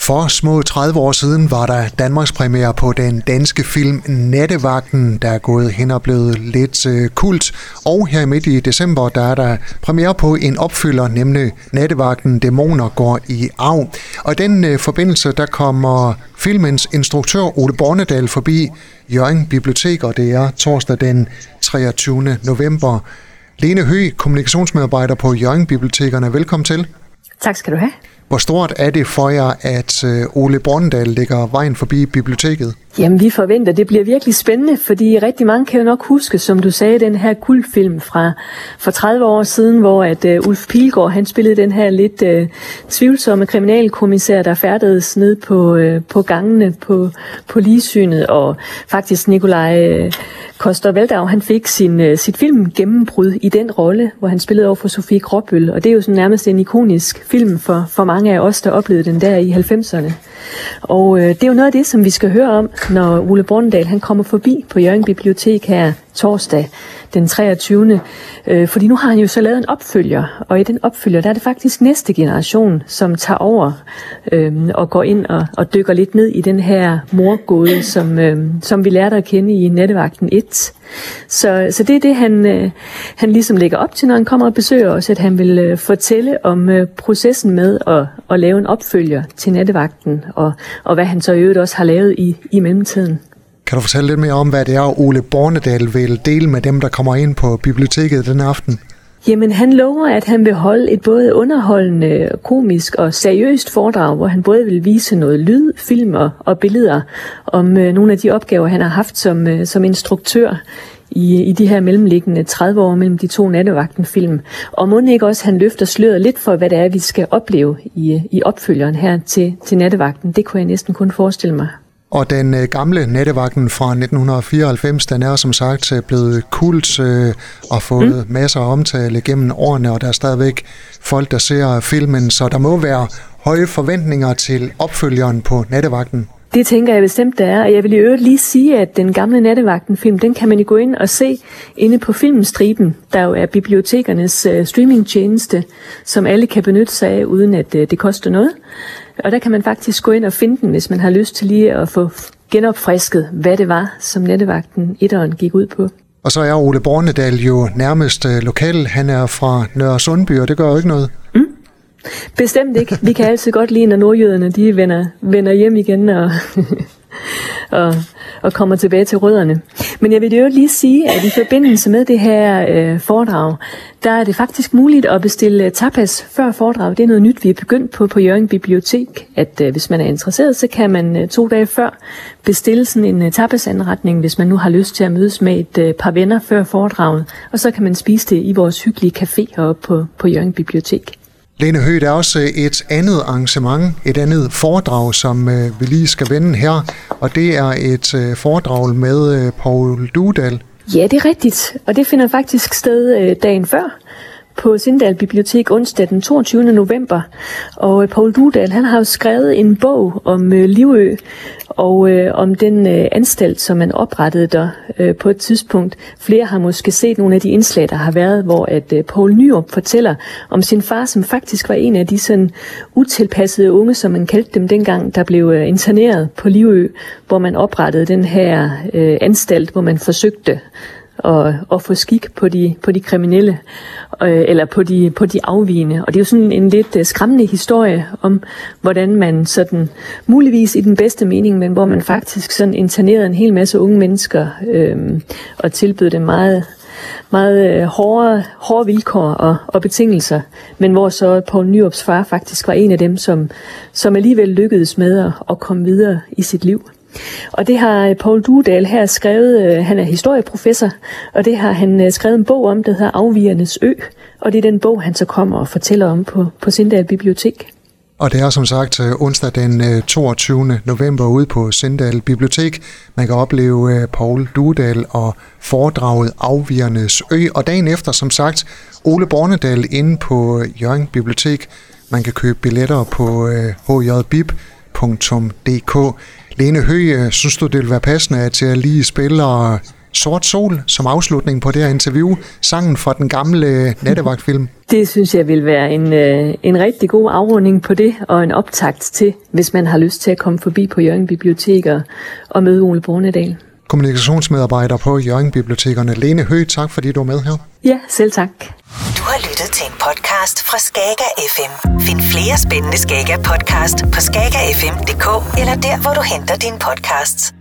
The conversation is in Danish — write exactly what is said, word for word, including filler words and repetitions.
For små tredive år siden var der Danmarks premiere på den danske film Nattevagten, der er gået hen og blevet lidt øh, kult. Og her midt i december, der er der premiere på en opfølger, nemlig Nattevagten Dæmoner går i arv. Og i den øh, forbindelse, der kommer filmens instruktør Ole Bornedal forbi Hjørring Bibliotek, og det er torsdag den treogtyvende november. Lene Høgh, kommunikationsmedarbejder på Hjørring Bibliotekerne. Velkommen til. Tak skal du have. Hvor stort er det for jer, at Ole Bornedal lægger vejen forbi biblioteket? Jamen, vi forventer, det bliver virkelig spændende, fordi rigtig mange kan jo nok huske, som du sagde, den her kultfilm fra for tredive år siden, hvor at uh, Ulf Pilgaard, han spillede den her lidt uh, tvivlsomme kriminalkommissær, der færdedes ned på, uh, på gangene på, på Ligsynet, og faktisk Nikolaj uh, Coster-Waldau, han fik sin, uh, sit film gennembrud i den rolle, hvor han spillede over for Sofie Gråbøl, og det er jo sådan nærmest en ikonisk film for, for mange af os, der oplevede den der i halvfemserne. Og uh, det er jo noget af det, som vi skal høre om, når Ole Bornedal han kommer forbi på Hjørring Bibliotek her torsdag den treogtyvende Øh, fordi nu har han jo så lavet en opfølger, og i den opfølger, der er det faktisk næste generation, som tager over øh, og går ind og, og dykker lidt ned i den her morgåde, som, øh, som vi lærte at kende i Nattevagten et. Så, så det er det, han, øh, han ligesom lægger op til, når han kommer og besøger os, at han vil øh, fortælle om øh, processen med at, at lave en opfølger til Nattevagten, og, og hvad han så i øvrigt også har lavet i, i mellemtiden. Kan du fortælle lidt mere om, hvad det er, Ole Bornedal vil dele med dem, der kommer ind på biblioteket den aften? Jamen, han lover, at han vil holde et både underholdende, komisk og seriøst foredrag, hvor han både vil vise noget lyd, film og, og billeder om øh, nogle af de opgaver, han har haft som, øh, som instruktør i, i de her mellemliggende tredive år mellem de to Nattevagten-film. Og må ikke også, han løfter sløret lidt for, hvad det er, vi skal opleve i, i opfølgeren her til, til Nattevagten. Det kunne jeg næsten kun forestille mig. Og den øh, gamle Nattevagten fra nitten fireoghalvfems, den er som sagt blevet kult øh, og fået mm. masser af omtale gennem årene, og der er stadigvæk folk, der ser filmen, så der må være høje forventninger til opfølgeren på Nattevagten. Det tænker jeg bestemt, der er, og jeg vil i øvrigt lige sige, at den gamle Nattevagten-film, den kan man jo gå ind og se inde på Filmstriben, der jo er bibliotekernes uh, streamingtjeneste, som alle kan benytte sig af, uden at uh, det koster noget. Og der kan man faktisk gå ind og finde den, hvis man har lyst til lige at få genopfrisket, hvad det var, som Nattevagten etteren gik ud på. Og så er Ole Bornedal jo nærmest uh, lokal. Han er fra Nørresundby, og det gør jo ikke noget. Mm. Bestemt ikke. Vi kan altid godt lide, når nordjyderne de vender, vender hjem igen og, og, og kommer tilbage til rødderne. Men jeg vil jo lige sige, at i forbindelse med det her øh, foredrag, der er det faktisk muligt at bestille tapas før foredrag. Det er noget nyt, vi er begyndt på på Hjørring Bibliotek, at øh, hvis man er interesseret, så kan man øh, to dage før bestille sådan en øh, tapasanretning, hvis man nu har lyst til at mødes med et øh, par venner før foredraget, og så kan man spise det i vores hyggelige café heroppe på, på Hjørring Bibliotek. Lene Høgh, der er også et andet arrangement, et andet foredrag, som øh, vi lige skal vende her, og det er et øh, foredrag med øh, Poul Duedal. Ja, det er rigtigt, og det finder faktisk sted øh, dagen før på Sindal Bibliotek onsdag den toogtyvende november. Og øh, Poul Duedal, han har jo skrevet en bog om øh, Livø, og øh, om den øh, anstalt, som man oprettede der øh, på et tidspunkt. Flere har måske set nogle af de indslag, der har været, hvor at øh, Poul Nyrup fortæller om sin far, som faktisk var en af de sådan utilpassede unge, som man kaldte dem dengang, der blev øh, interneret på Livø, hvor man oprettede den her øh, anstalt, hvor man forsøgte Og, og få skik på de, på de kriminelle, øh, eller på de, på de afvigende. Og det er jo sådan en lidt uh, skræmmende historie om, hvordan man sådan, muligvis i den bedste mening, men hvor man faktisk sådan internerede en hel masse unge mennesker, øh, og tilbød dem meget, meget øh, hårde, hårde vilkår og, og betingelser, men hvor så Poul Nyrups far faktisk var en af dem, som, som alligevel lykkedes med at, at komme videre i sit liv. Og det har Poul Duedal her skrevet, han er historieprofessor, og det har han skrevet en bog om, der hedder Afvigernes Ø, og det er den bog, han så kommer og fortæller om på, på Sindal Bibliotek. Og det er som sagt onsdag den toogtyvende november ude på Sindal Bibliotek. Man kan opleve Poul Duedal og foredraget Afvigernes Ø, og dagen efter som sagt Ole Bornedal inde på Hjørring Bibliotek. Man kan købe billetter på h j bib punktum d k. Lene Høgh, synes du, det vil være passende, at jeg lige spiller Sort Sol som afslutning på det her interview, sangen fra den gamle nattevagtfilm? Det synes jeg vil være en, en rigtig god afrunding på det, og en optakt til, hvis man har lyst til at komme forbi på Hjørring Bibliotek og møde Ole Bornedal. Kommunikationsmedarbejder på Hjørring Bibliotekerne, Lene Høgh, tak fordi du er med her. Ja, selv tak. Du har lyttet til en podcast fra Skager F M. Find flere spændende Skager podcast på skager f m punktum d k eller der, hvor du henter dine podcasts.